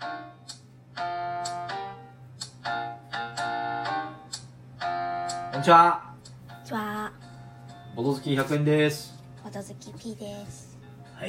こんにちは。 こんにちは。 ボト好き100円です。 ボト好き P です。 はい。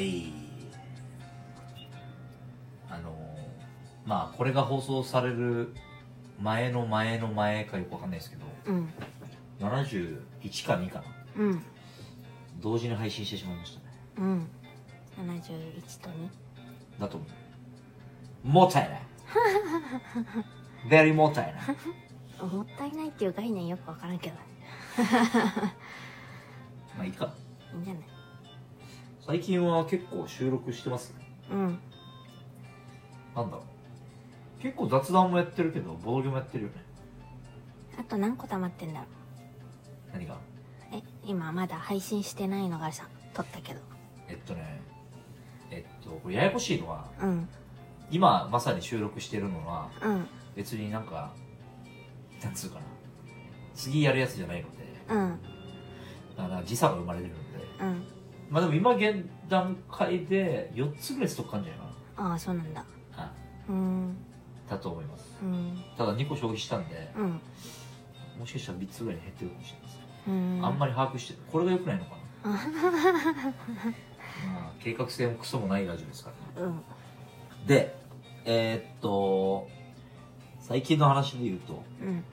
まあこれが放送される前の前の前かよくわかんないですけど、71か2かな。同時に配信してしまいましたね。 71と2 だと思う。もったいない。very もったいない。 もったいないっていう概念よくわからんけど。 まあいいか。 いいんじゃない。 最近は結構収録してますね。なんだろう。結構雑談もやってるけど、ボードゲームやってるよね。あと何個溜まってんだろう。 何が？ 今まだ配信してないのがさ、撮ったけど。 これややこしいのは、今まさに収録してるのは、別になんか、なんつうかな。次やるやつじゃないので、だから時差が生まれるので、まあでも今現段階で4つぐらいストックあるんじゃないかな。 ああ、そうなんだ。 だと思います。ただ2個消費したんで、もしかしたら3つぐらいに減ってるかもしれないです。あんまり把握してる。これが良くないのかな。まあ計画性もクソもないラジオですからね。で、最近の話で言うと、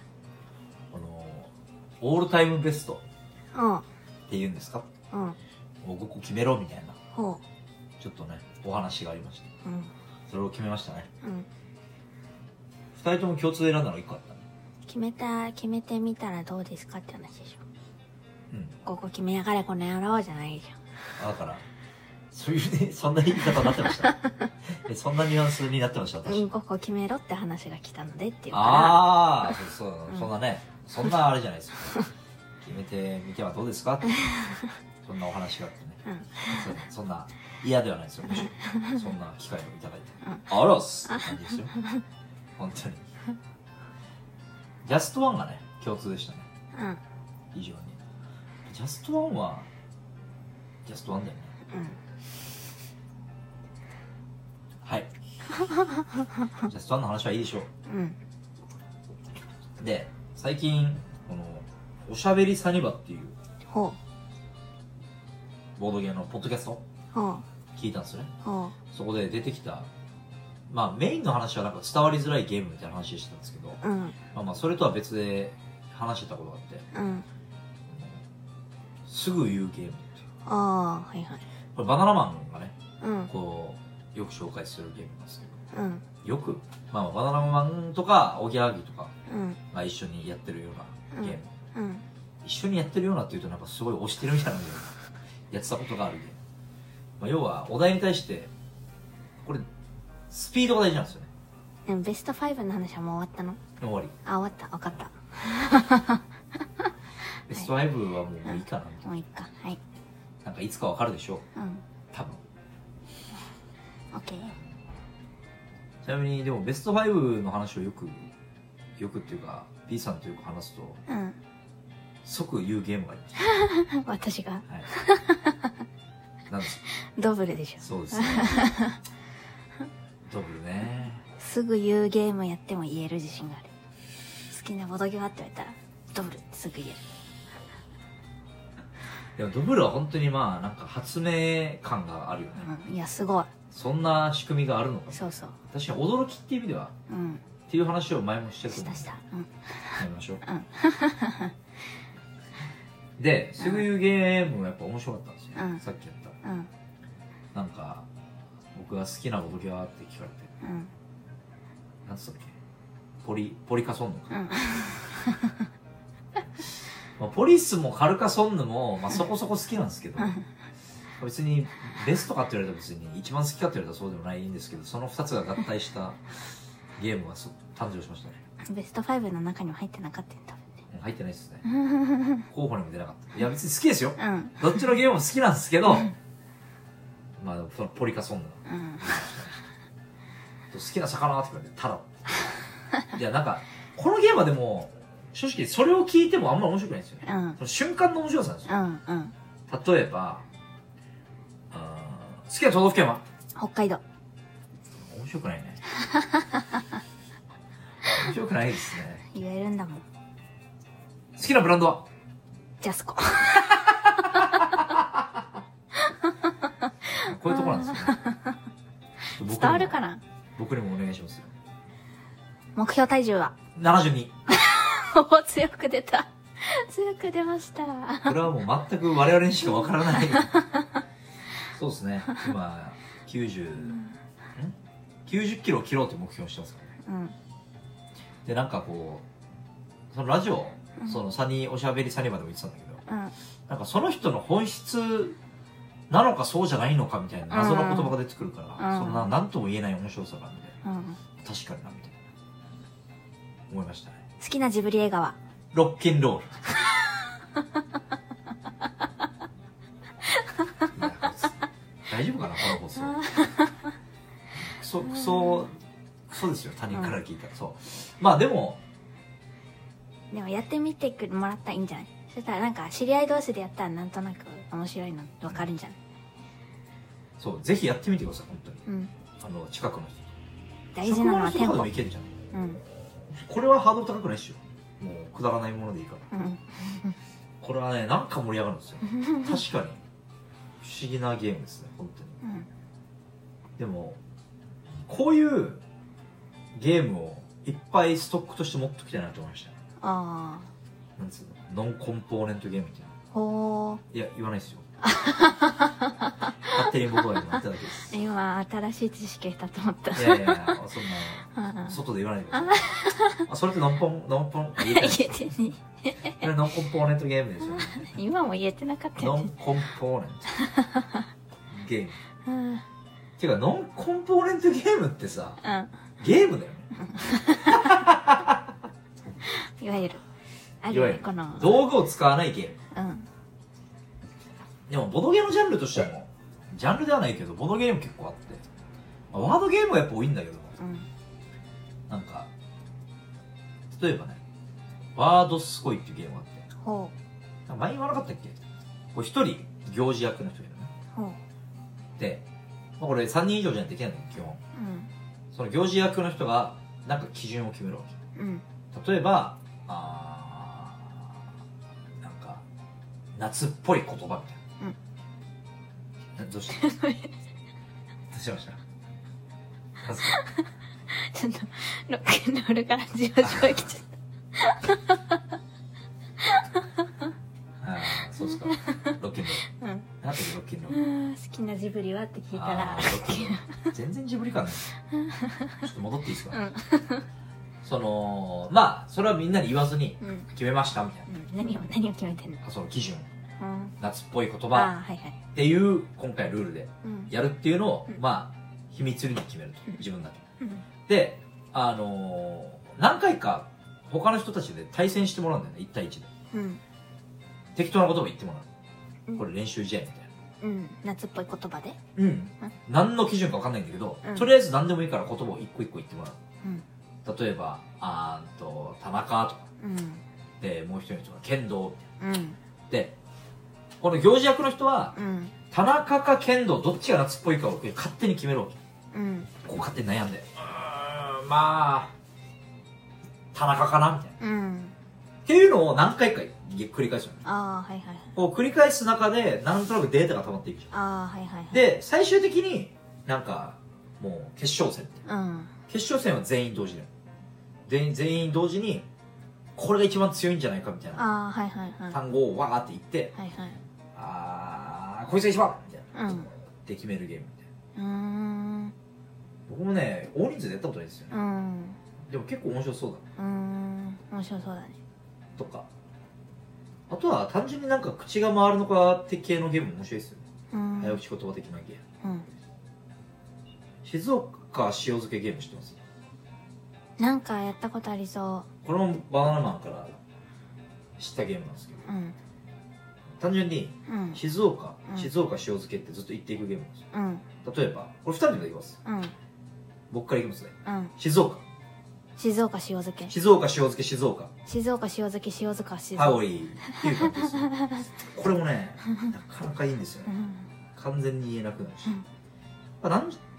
オールタイムベストっていうんですか、もう5個決めろみたいな、ちょっとねお話がありまして、それを決めましたね。2人とも共通で選んだの1個あったね。 決めてみたらどうですかって話でしょ。ここ決めやがれこの野郎じゃないじゃん。だからそういうね、そんな言い方になってましたそんなニュアンスになってました私。 ここ決めろって話が来たのでっていうから。 ああ、そう、そんなね、そんなあれじゃないですよ。決めてみてはどうですかってそんなお話があってね、そんな嫌ではないですよ。むしろそんな機会をいただいて、あらっすって感じですよ本当に。ジャストワンがね共通でしたね。非常にジャストワンはジャストワンだよね。はい。ジャストワンの話はいいでしょう。で、最近このおしゃべりサニバっていうボードゲームのポッドキャスト聞いたんですね。そこで出てきた、まあメインの話はなんか伝わりづらいゲームみたいな話してたんですけど、まあそれとは別で話してたことがあって、すぐ言うゲームっていう、これバナナマンがね、こうよく紹介するゲームなんですけど、よく、まあバナナマンとかおぎやはぎとかが一緒にやってるようなゲーム、一緒にやってるようなっていうとなんかすごい推してるみたいなのでやってたことがあるゲーム、まあ、要はお題に対してこれスピードが大事なんですよね。 ベスト5の話はもう終わったの？ 終わり。 終わった。分かった。 ベスト5はもういいかなみたいな。 もういいか。はい。 なんかいつかわかるでしょう。多分。 オッケー。 ちなみにでもベスト5の話をよくっていうか P さんとよく話すと、即言うゲームがありました。私が。はい。 なんですか。 ドブルでしょ。 そうですね。ドブルね。 すぐ言うゲームやっても言える自信がある。好きなボドゲはって言われたらドブルってすぐ言える。 でもドブルは本当にまあなんか発明感があるよね。 いやすごい。そんな仕組みがあるのか。 そうそう。 確かに驚きっていう意味では、っていう話を前もしてると思う。やめましょう。で、すぐ言うゲームもやっぱ面白かったんですよ。さっきやった。なんか僕が好きなボドゲはって聞かれて、なんつったっけ、ポリカソンヌか。まあポリスもカルカソンヌも、まあ、そこそこ好きなんですけど、別にベストかって言われたら別に一番好きかって言われたらそうでもないんですけど、その2つが合体したゲームが誕生しましたね。ベスト5の中にも入ってなかったんだ。入ってないですね。候補にも出なかった。いや別に好きですよ。どっちのゲームも好きなんですけど、まあそのポリカソンヌ好きな魚って言われてタラ。いやなんかこのゲームはでも正直それを聞いてもあんまり面白くないんですよね。その瞬間の面白さなんですよ。例えば好きな都道府県は？ 北海道。 面白くないね。面白くないですね。 言えるんだもん。 好きなブランドはジャスコ。 こういうところなんですよね。 伝わるかな。 僕にもお願いしますよ。 目標体重は 72。 お、強く出た。強く出ました。 これはもう全く我々にしかわからない。そうですね。今90キロを切ろうという目標をしてますからね。でなんかこうそのラジオ、そのおしゃべりサニバでも言ってたんだけど、なんかその人の本質なのかそうじゃないのかみたいな謎の言葉が出てくるから、そんな何とも言えない面白さがあって、確かになみたいな思いましたね。 好きなジブリ映画はロッキンロール。大丈夫かなこの放送。クソですよ、他人から聞いたら。そうまあでもやってみてもらったらいいんじゃない。そしたらなんか知り合い同士でやったらなんとなく面白いの分かるんじゃない。 そうぜひやってみてください本当に。近くの人大事なのはテンポ。 職場の人とかでもいけるじゃん。これはハードル高くないっしょ。もうくだらないものでいいから、これはねなんか盛り上がるんですよ。確かに不思議なゲームですね本当に、でもこういうゲームをいっぱいストックとして持っときたいなと思いました。なんつうの、ノンコンポーネントゲームっていうの。いや言わないですよ。勝手に僕は今言っただけです。 今新しい知識得たと思った。 いやそんな外で言わないでください。それってノンコン言えてね。これノンコンポーネントゲームですよね。 今も言えてなかったよね。 ノンコンポーネントゲーム。ていうかノンコンポーネントゲームってさ、ゲームだよね。 いわゆるこの道具を使わないゲーム。でもボドゲのジャンルとしてもジャンルではないけどボドゲーム結構あって、ワードゲームはやっぱ多いんだけど、なんか例えばねワードスコイっていうゲームがあって、前言わなかったっけ。これ一人行司役の人がいるね。で、これ3人以上じゃできないの基本。その行司役の人がなんか基準を決めるわけ。例えばなんか夏っぽい言葉みたいな。どうしたどうしました。 ちょっとロッケンロールからじわじわきちゃった。 そうっすか。ロッケンロール。なんだっけロッケンロール。 好きなジブリはって聞いたら全然ジブリ感ない。ちょっと戻っていいですか。まあそれはみんなに言わずに決めましたみたいな。 何を決めてんの。 その基準。夏っぽい言葉っていう今回ルールでやるっていうのをまあ秘密裏に決めると、自分だけで何回か他の人たちで対戦してもらうんだよね。1対1で適当な言葉言ってもらう。これ練習試合みたいな。 夏っぽい言葉で何の基準か分かんないんだけど、とりあえず何でもいいから言葉を一個一個言ってもらう。例えば田中とかで、もう一人の人が剣道で、この行司役の人は田中か剣道どっちが夏っぽいかを勝手に決めるわけ。こう勝手に悩んでまあ田中かなみたいな、っていうのを何回か繰り返すの。こう繰り返す中でなんとなくデータが溜まっていくじゃん。で最終的になんかもう決勝戦って、決勝戦は全員同時で全員同時にこれが一番強いんじゃないかみたいな単語をわーって言って、こいつが一番みたいなで決めるゲームみたいな。僕もね大人数でやったことないですよね。でも結構面白そうだ。 面白そうだね。 とかあとは単純になんか口が回るのかって系のゲームも面白いですよね。早口言葉的なゲーム。静岡塩漬けゲーム知ってます？ なんかやったことありそう。 これもバナナマンから知ったゲームなんですけど、単純に静岡塩漬けってずっと言っていくゲームなんですよ。例えばこれ2人でいきます。僕からいきますね。静岡塩漬け静岡塩漬け静岡塩漬け塩塚静岡っていう感じです。これもねなかなかいいんですよね。完全に言えなくなるし、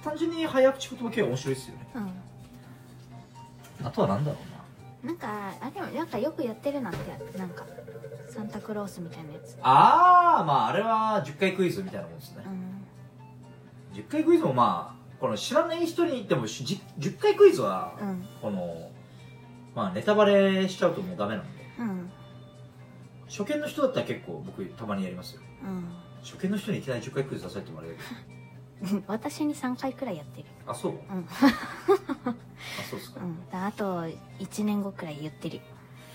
単純に早口言葉系は面白いですよね。あとはなんだろうな。なんかでもなんかよくやってるなって、なんかサンタクロースみたいなやつ。 まああれは10回クイズみたいなもんですね。10回クイズもまあこの知らない人に言っても10回クイズはこのまあネタバレしちゃうともうダメなんで、初見の人だったら結構僕たまにやりますよ。初見の人にいきなり10回クイズ出されてもあれだけど私に3回くらいやってる。 あ、そう？あ、そうですか。 あと1年後くらい言ってる。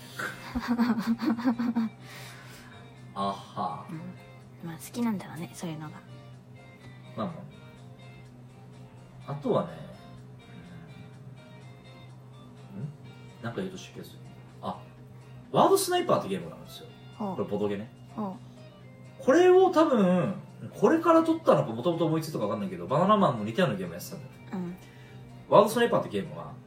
あは、 まあ好きなんだろうね、そういうのが。 まあまあ、あとはね、なんか言うとした気がする。ワードスナイパーってゲームがあるんですよ。これボドゲね。これを多分これから撮ったのかもともと思いついたか分かんないけど、バナナマンも似たようなゲームやってたんだよ。ワードスナイパーってゲームは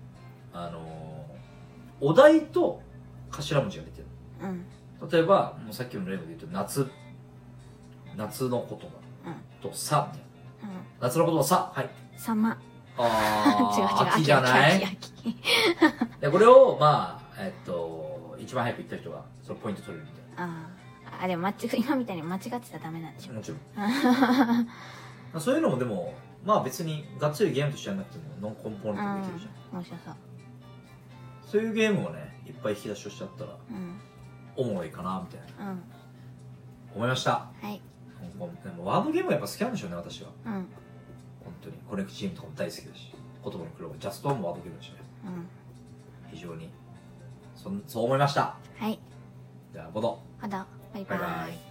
お題と頭文字が出てる。例えばもうさっきの例で言うと夏の言葉とさみたいな。夏の言葉さ、はい。 さま。 秋じゃない。でこれをまあ一番早く言った人がそのポイント取れるみたいな。 でも今みたいに間違ってたらダメなんでしょ。 もちろん。そういうのもでもまあ別にがっつりゲームとしてやらなくてもノンコンポーネントできるじゃん。 面白そう。 そういうゲームをねいっぱい引き出しをしちゃったらおもろいかなみたいな思いました。 はい。 でもワードゲームがやっぱ好きなんでしょうね、私は。本当にコネクチームとかも大好きだし、言葉のクローバージャストもワードゲームだしね。非常にそう思いました。 はい。 じゃあボドバイバイ。